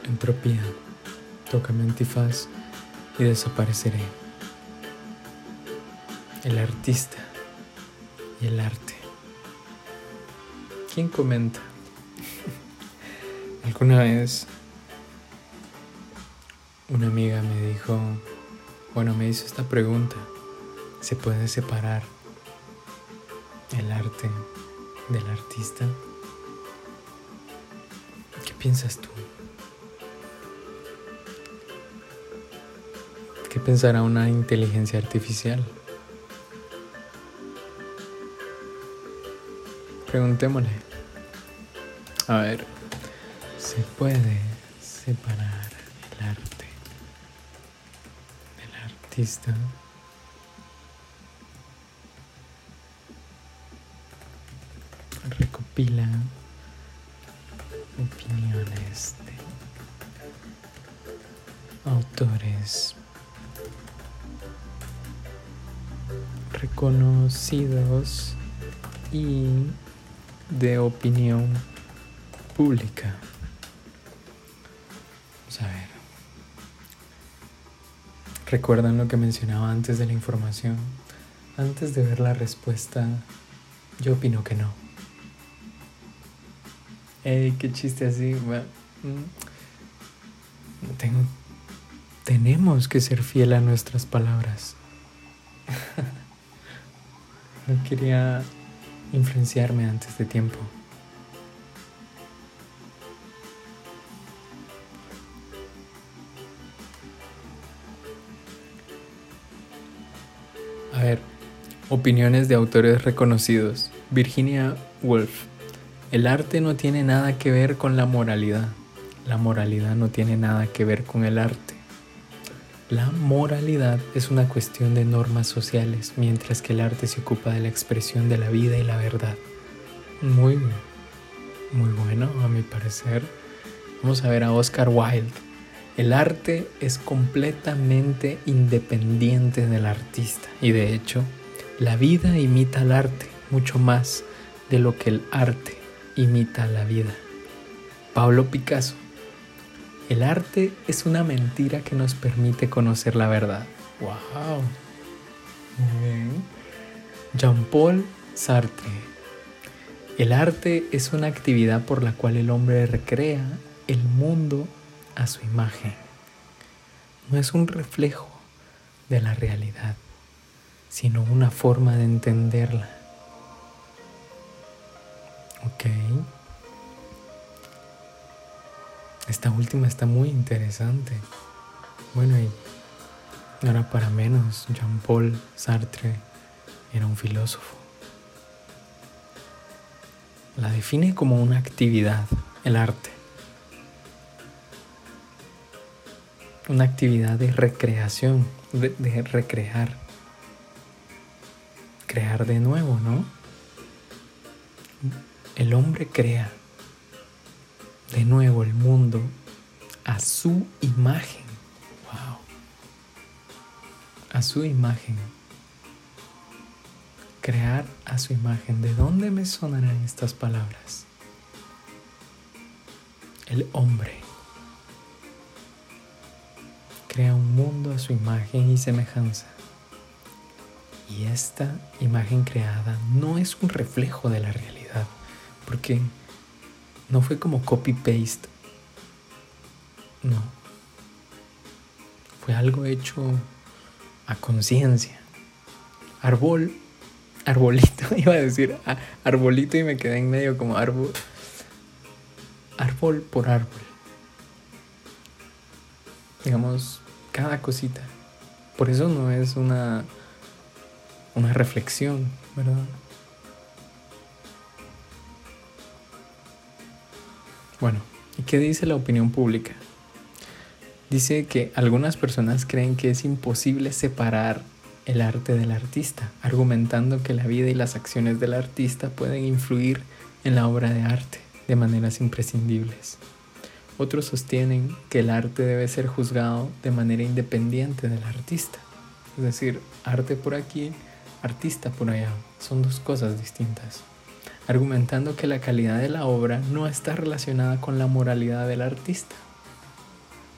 Entropía, tócame antifaz y desapareceré. El artista y el arte. ¿Quién comenta? Alguna vez una amiga me hizo esta pregunta: ¿se puede separar el arte del artista? ¿Qué piensas tú? ¿Qué pensará una inteligencia artificial? Preguntémosle. A ver, ¿se puede separar el arte del artista? Recopila opiniones de autores reconocidos y de opinión pública. Vamos a ver. ¿Recuerdan lo que mencionaba antes de la información? Antes de ver la respuesta, yo opino que no. ¡Ey, qué chiste así! Bueno, tenemos que ser fiel a nuestras palabras. No quería influenciarme antes de tiempo. A ver, opiniones de autores reconocidos. Virginia Woolf. El arte no tiene nada que ver con la moralidad. La moralidad no tiene nada que ver con el arte. La moralidad es una cuestión de normas sociales, mientras que el arte se ocupa de la expresión de la vida y la verdad. Muy bueno, a mi parecer. Vamos a ver a Oscar Wilde. El arte es completamente independiente del artista y de hecho, la vida imita al arte mucho más de lo que el arte imita a la vida. Pablo Picasso. El arte es una mentira que nos permite conocer la verdad. ¡Wow! Muy bien. Jean-Paul Sartre. El arte es una actividad por la cual el hombre recrea el mundo a su imagen. No es un reflejo de la realidad, sino una forma de entenderla. Ok. Esta última está muy interesante. Bueno, y no era para menos, Jean-Paul Sartre era un filósofo. La define como una actividad, el arte. Una actividad de recreación, de recrear. Crear de nuevo, ¿no? El hombre crea de nuevo el mundo a su imagen. Wow. A su imagen. Crear a su imagen. ¿De dónde me sonarán estas palabras? El hombre crea un mundo a su imagen y semejanza. Y esta imagen creada no es un reflejo de la realidad, porque no fue como copy-paste. No. Fue algo hecho a conciencia. Arbolito, iba a decir arbolito y me quedé en medio como árbol. Árbol por árbol. Digamos, cada cosita. Por eso no es una reflexión, ¿verdad? Bueno, ¿y qué dice la opinión pública? Dice que algunas personas creen que es imposible separar el arte del artista, argumentando que la vida y las acciones del artista pueden influir en la obra de arte de maneras imprescindibles. Otros sostienen que el arte debe ser juzgado de manera independiente del artista. Es decir, arte por aquí, artista por allá. Son dos cosas distintas. Argumentando que la calidad de la obra no está relacionada con la moralidad del artista.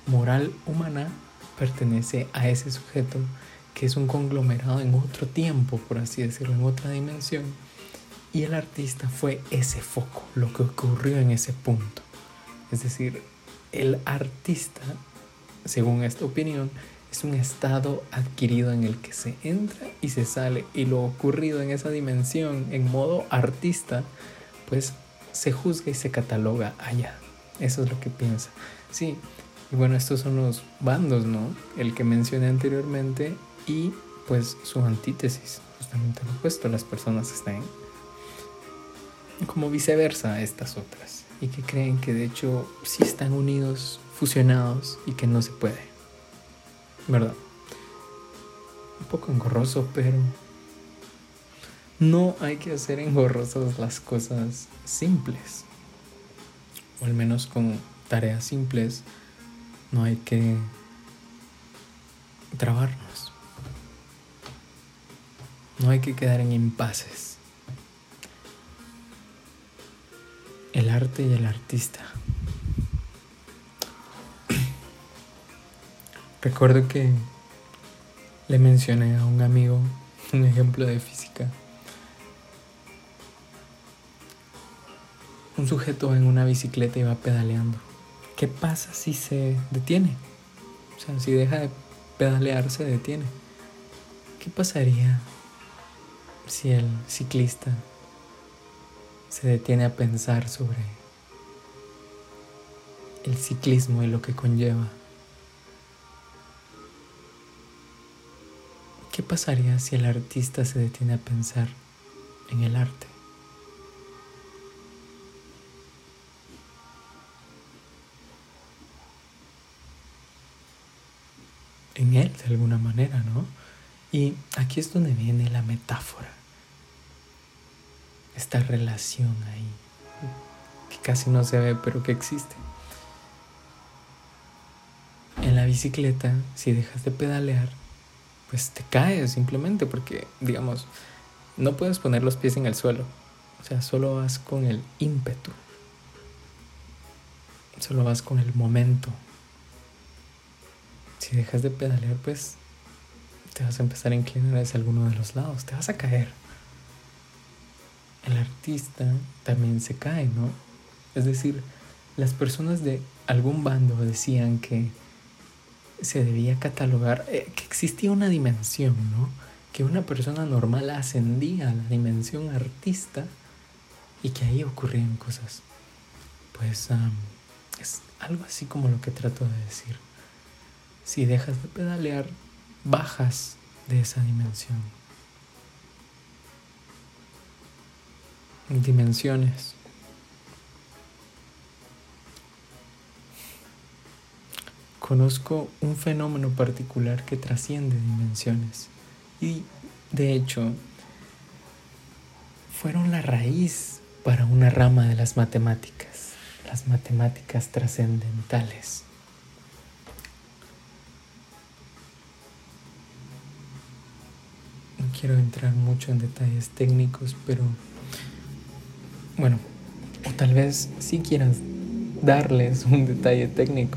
moral humana pertenece a ese sujeto que es un conglomerado en otro tiempo, por así decirlo, en otra dimensión. Y el artista fue ese foco, lo que ocurrió en ese punto. Es decir, el artista, según esta opinión, es un estado adquirido en el que se entra y se sale, y lo ocurrido en esa dimensión en modo artista, pues se juzga y se cataloga allá. Eso es lo que piensa. Sí, y bueno, estos son los bandos, ¿no? El que mencioné anteriormente y pues su antítesis, justamente lo opuesto. Las personas están como viceversa a estas otras y que creen que de hecho sí están unidos, fusionados y que no se puede, ¿verdad? Un poco engorroso, pero no hay que hacer engorrosas las cosas simples, o al menos con tareas simples no hay que trabarnos, no hay que quedar en impases. El arte y el artista. Recuerdo que le mencioné a un amigo un ejemplo de física. Un sujeto en una bicicleta iba pedaleando. ¿Qué pasa si se detiene? O sea, si deja de pedalear, se detiene. ¿Qué pasaría si el ciclista se detiene a pensar sobre el ciclismo y lo que conlleva? ¿Qué pasaría si el artista se detiene a pensar en el arte? En él, de alguna manera, ¿no? Y aquí es donde viene la metáfora. Esta relación ahí, que casi no se ve, pero que existe. En la bicicleta, si dejas de pedalear, pues te caes simplemente porque, digamos, no puedes poner los pies en el suelo. O sea, solo vas con el ímpetu. Solo vas con el momento. Si dejas de pedalear, pues te vas a empezar a inclinar hacia alguno de los lados. Te vas a caer. El artista también se cae, ¿no? Es decir, las personas de algún bando decían que se debía catalogar, que existía una dimensión, ¿no? Que una persona normal ascendía a la dimensión artista y que ahí ocurrían cosas. Pues es algo así como lo que trato de decir. Si dejas de pedalear, bajas de esa dimensión. Dimensiones. Conozco un fenómeno particular que trasciende dimensiones y, de hecho, fueron la raíz para una rama de las matemáticas trascendentales. No quiero entrar mucho en detalles técnicos, pero bueno, o tal vez sí quieras darles un detalle técnico.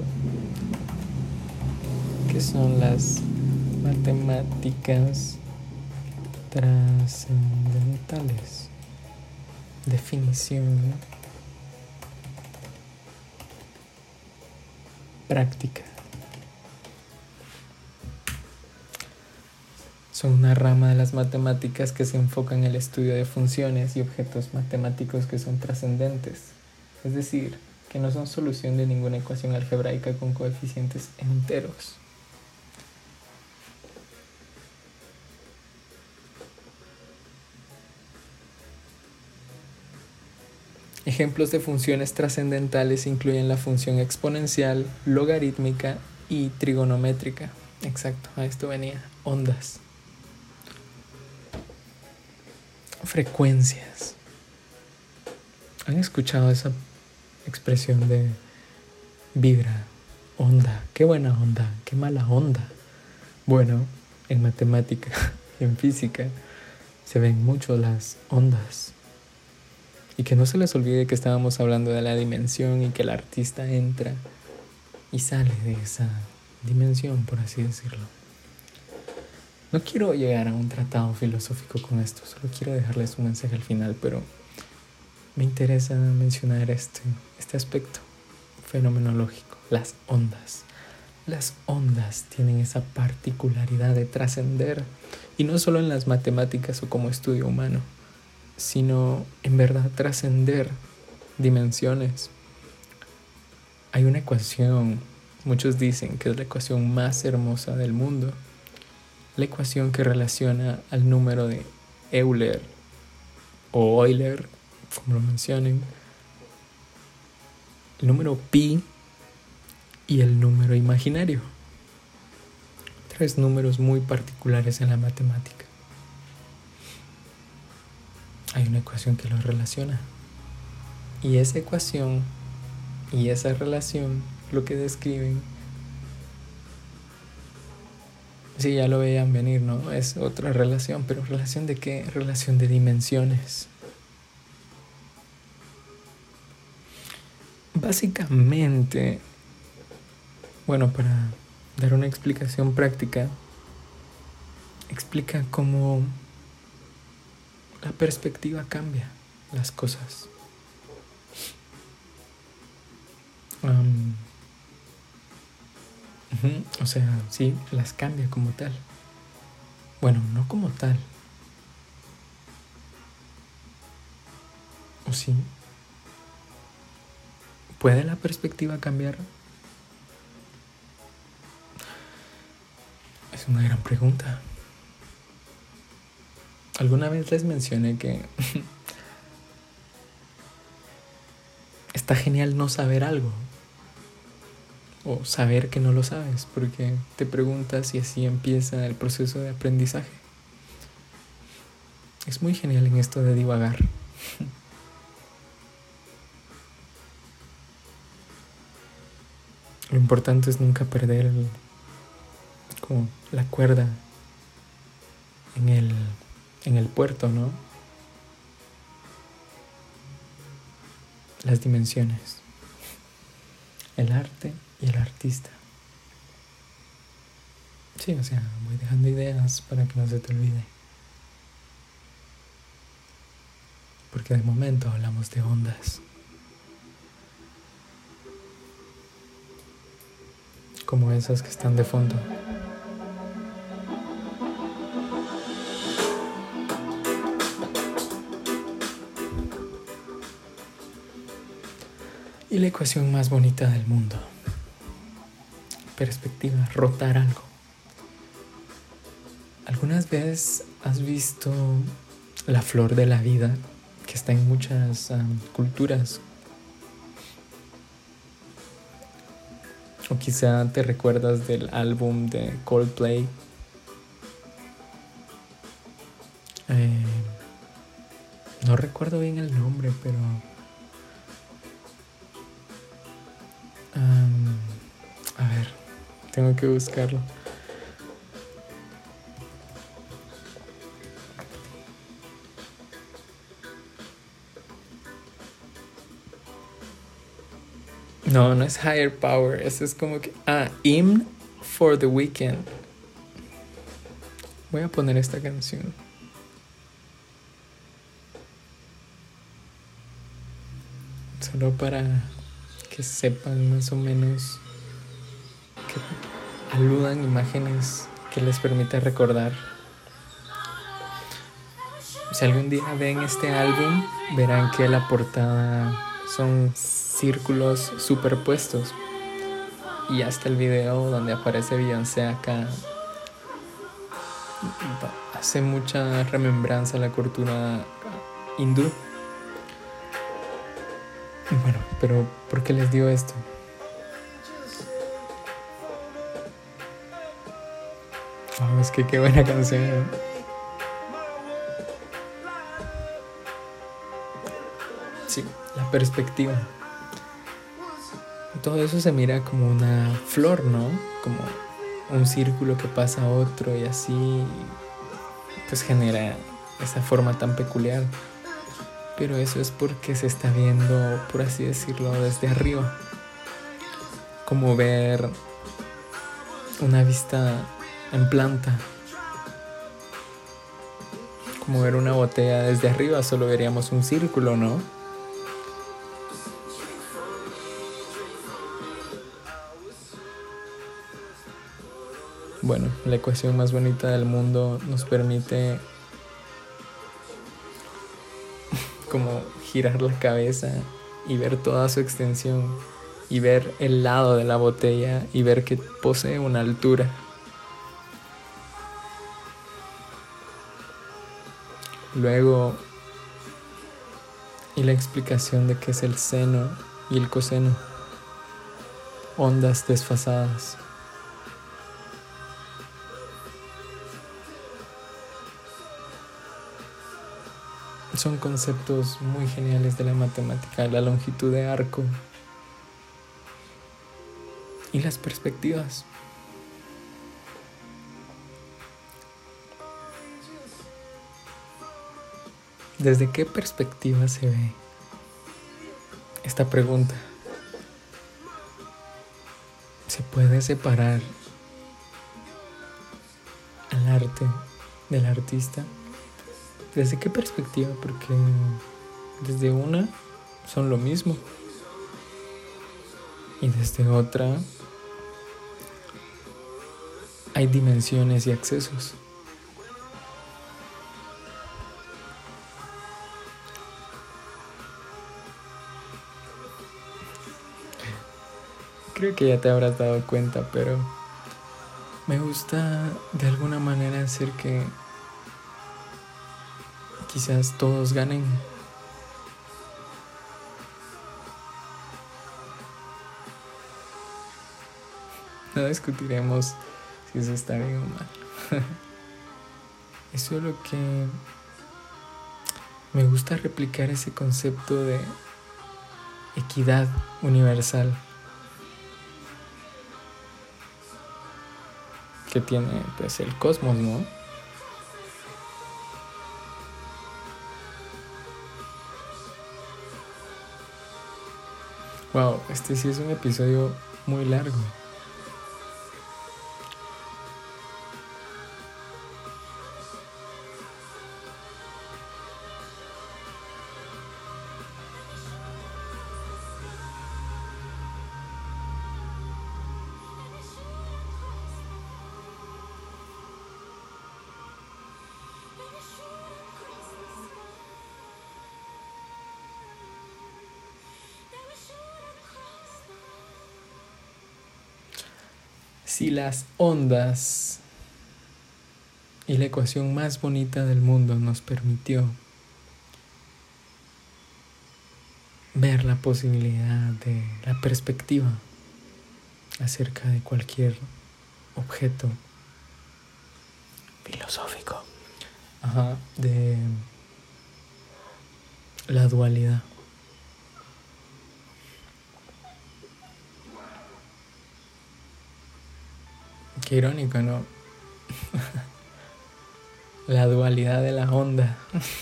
¿Qué son las matemáticas trascendentales? Definición práctica. Son una rama de las matemáticas que se enfoca en el estudio de funciones y objetos matemáticos que son trascendentes, es decir, que no son solución de ninguna ecuación algebraica con coeficientes enteros. Ejemplos de funciones trascendentales incluyen la función exponencial, logarítmica y trigonométrica. Exacto, a esto venía. Ondas. Frecuencias. ¿Han escuchado esa expresión de vibra, onda? Qué buena onda, qué mala onda. Bueno, en matemática y en física se ven mucho las ondas. Y que no se les olvide que estábamos hablando de la dimensión y que el artista entra y sale de esa dimensión, por así decirlo. No quiero llegar a un tratado filosófico con esto, solo quiero dejarles un mensaje al final, pero me interesa mencionar este aspecto fenomenológico, las ondas. Las ondas tienen esa particularidad de trascender, y no solo en las matemáticas o como estudio humano, sino en verdad trascender dimensiones. Hay una ecuación, muchos dicen que es la ecuación más hermosa del mundo, la ecuación que relaciona al número de Euler o Euler, como lo mencionen, el número pi y el número imaginario. 3 números muy particulares en la matemática. Hay una ecuación que los relaciona. Y esa ecuación y esa relación, lo que describen, sí, ya lo veían venir, ¿no? Es otra relación, pero ¿relación de qué? Relación de dimensiones. Básicamente, bueno, para dar una explicación práctica, explica cómo la perspectiva cambia las cosas. O sea, sí, las cambia como tal. Bueno, no como tal. ¿O sí? ¿Puede la perspectiva cambiar? Es una gran pregunta. Alguna vez les mencioné que está genial no saber algo, o saber que no lo sabes, porque te preguntas y así empieza el proceso de aprendizaje. Es muy genial en esto de divagar. Lo importante es nunca perder como la cuerda en el puerto, ¿no? Las dimensiones, el arte y el artista. Sí, o sea, voy dejando ideas para que no se te olvide. Porque de momento hablamos de ondas. Como esas que están de fondo. Y la ecuación más bonita del mundo. Perspectiva, rotar algo. ¿Algunas veces has visto la flor de la vida, que está en muchas culturas? O quizá te recuerdas del álbum de Coldplay. No recuerdo bien el nombre, pero a ver, tengo que buscarlo. No es Higher Power. Eso es como que Hymn for the Weekend. Voy a poner esta canción. Solo para que sepan más o menos, que aludan imágenes que les permita recordar. Si algún día ven este álbum, verán que la portada son círculos superpuestos, y hasta el video donde aparece Beyoncé acá hace mucha remembranza a la cultura hindú. Bueno, pero ¿por qué les digo esto? Es que qué buena canción, ¿no? Sí, la perspectiva. Todo eso se mira como una flor, ¿no? Como un círculo que pasa a otro, y así pues genera esa forma tan peculiar. Pero eso es porque se está viendo, por así decirlo, desde arriba. como ver una vista en planta, como ver una botella desde arriba, solo veríamos un círculo, ¿no? Bueno, la ecuación más bonita del mundo nos permite como girar la cabeza y ver toda su extensión y ver el lado de la botella y ver que posee una altura. Luego, y la explicación de qué es el seno y el coseno, ondas desfasadas. Son conceptos muy geniales de la matemática, la longitud de arco y las perspectivas. ¿Desde qué perspectiva se ve esta pregunta? ¿Se puede separar al arte del artista? ¿Desde qué perspectiva? Porque desde una son lo mismo y desde otra hay dimensiones y accesos. Creo que ya te habrás dado cuenta, pero me gusta de alguna manera hacer que quizás todos ganen. No discutiremos si eso está bien o mal. Es solo que me gusta replicar ese concepto de equidad universal que tiene pues el cosmos, ¿no? Wow, este sí es un episodio muy largo. Si las ondas y la ecuación más bonita del mundo nos permitió ver la posibilidad de la perspectiva acerca de cualquier objeto filosófico, de la dualidad. Qué irónico, ¿no? La dualidad de la onda.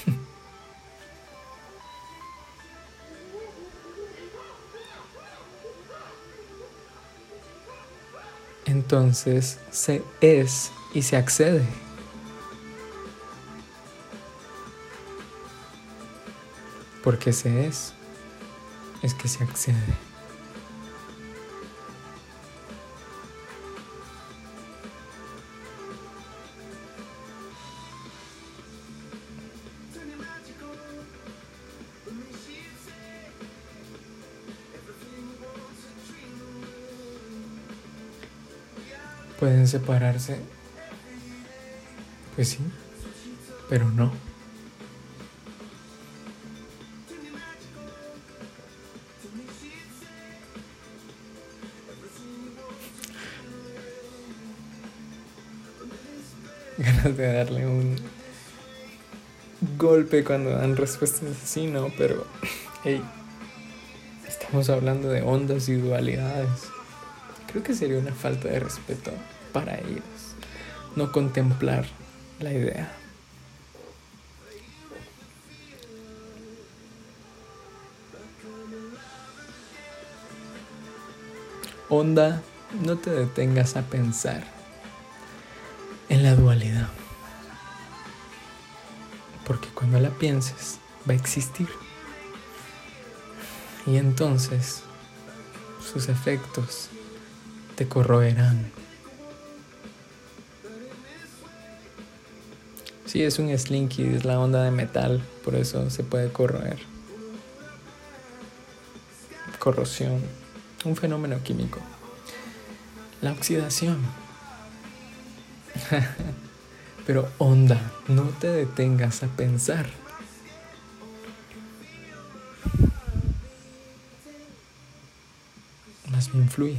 Entonces se es y se accede. Porque se es que se accede. Pueden separarse, pues sí, pero no. Ganas de darle un golpe cuando dan respuestas así, ¿no? Pero, hey, estamos hablando de ondas y dualidades. Creo que sería una falta de respeto para ellos no contemplar la idea. Onda, no te detengas a pensar en la dualidad, porque cuando la pienses va a existir y entonces sus efectos te corroerán. Sí, es un slinky, es la onda de metal, por eso se puede corroer. Corrosión, un fenómeno químico. La oxidación. Pero onda, no te detengas a pensar. Más bien fluye.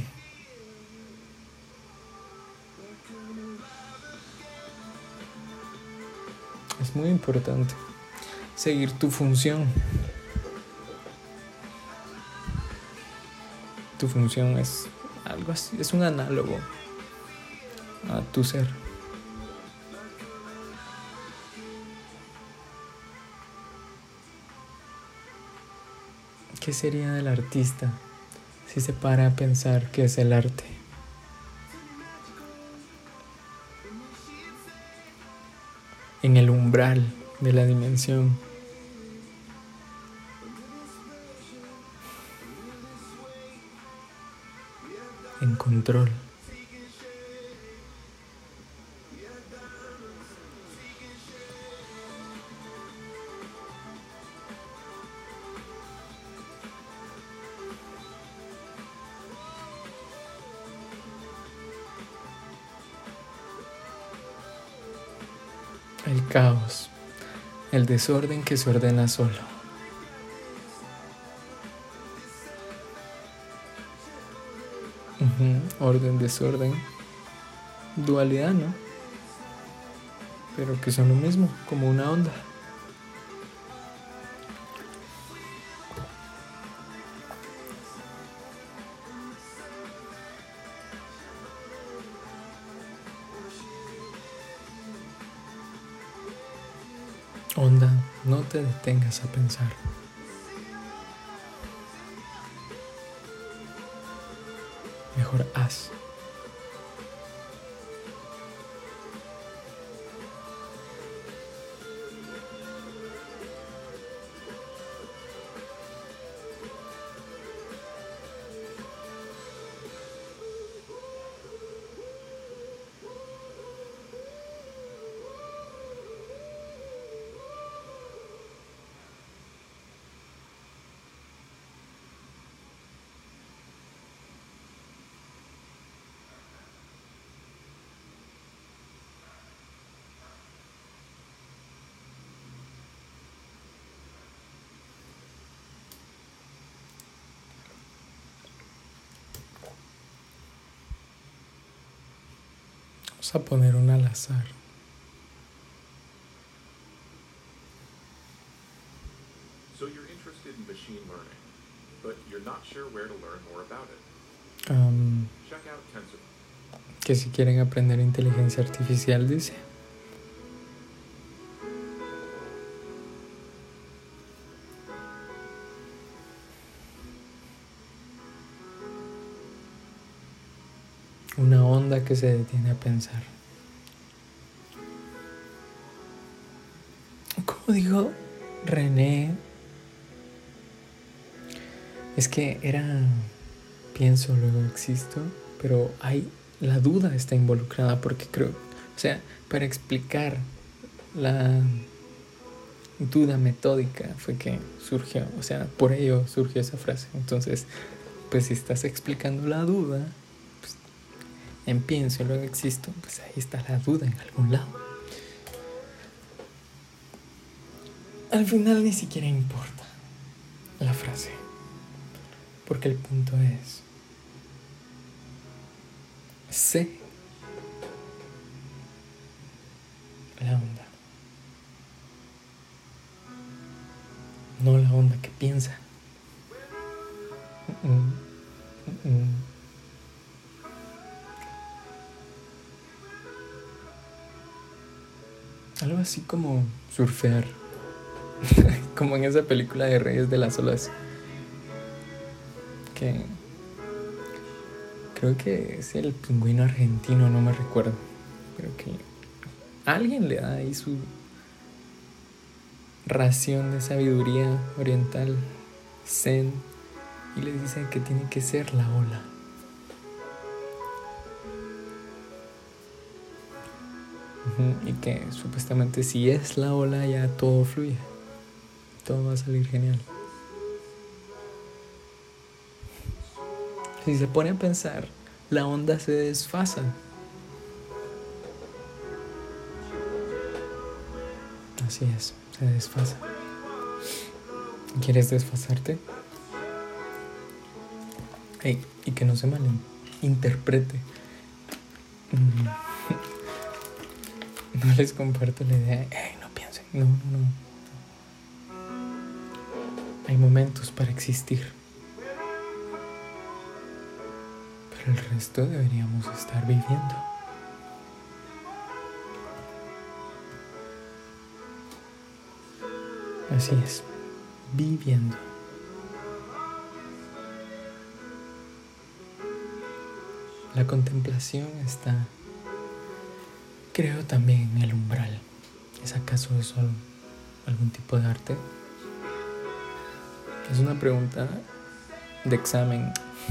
Es muy importante seguir tu función. Tu función es algo así, es un análogo a tu ser. ¿Qué sería del artista si se para a pensar qué es el arte? En el umbral de la dimensión. En control. El caos, el desorden que se ordena solo. Orden, desorden, dualidad, ¿no? Pero que son lo mismo, como una onda. Onda, no te detengas a pensar. Mejor haz. Vamos a poner una al azar. So you're interested in machine learning, but you're not sure where to learn more about it. Check out TensorFlow. Que si quieren aprender inteligencia artificial, dice. Una onda que se detiene a pensar. ¿Cómo dijo René? Es que era pienso, luego existo, pero la duda está involucrada porque creo, o sea, para explicar la duda metódica fue que surgió, o sea, por ello surgió esa frase. Entonces, pues si estás explicando la duda, pues, en pienso, luego existo, pues ahí está la duda en algún lado. Al final ni siquiera importa la frase, porque el punto es, sé la onda, no la onda que piensa. Algo así como surfear, como en esa película de Reyes de las Olas, que Creo que es el pingüino argentino, no me recuerdo. Creo que alguien le da ahí su ración de sabiduría oriental, zen, y le dicen que tiene que ser la ola. Y que supuestamente si es la ola ya todo fluye, todo va a salir genial. Si se pone a pensar, la onda se desfasa. Así es, se desfasa. ¿Quieres desfasarte? Hey, y que no se malinterprete. No les comparto la idea. No piensen. No. Hay momentos para existir. Pero el resto deberíamos estar viviendo. Así es, viviendo. La contemplación está, creo, también en el umbral. ¿Es acaso eso algún tipo de arte? Es una pregunta de examen.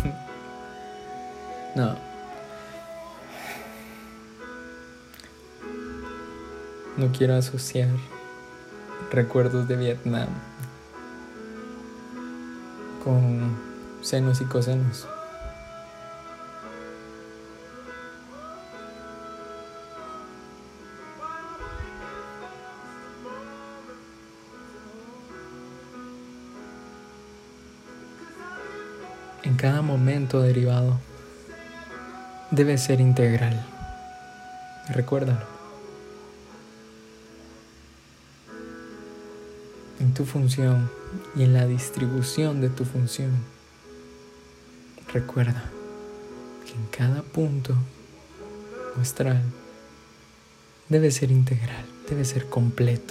No quiero asociar recuerdos de Vietnam con senos y cosenos. En cada momento derivado debe ser integral. Recuérdalo. En tu función y en la distribución de tu función, recuerda que en cada punto muestral debe ser integral, debe ser completo.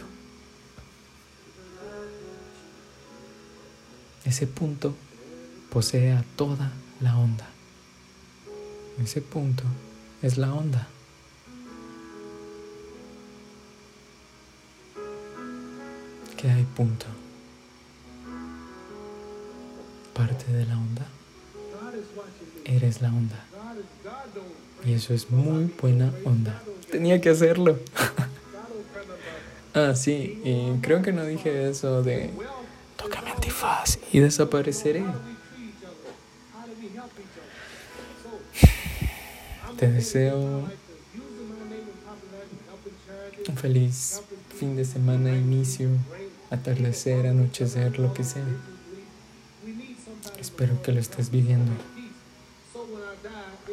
Ese punto posee a toda la onda. Ese punto es la onda. ¿Qué hay punto? Parte de la onda. Eres la onda. Y eso es muy buena onda. Tenía que hacerlo. Sí, y creo que no dije eso de tócame antifaz y desapareceré. Te deseo un feliz fin de semana, inicio, atardecer, anochecer, lo que sea. Espero que lo estés viviendo.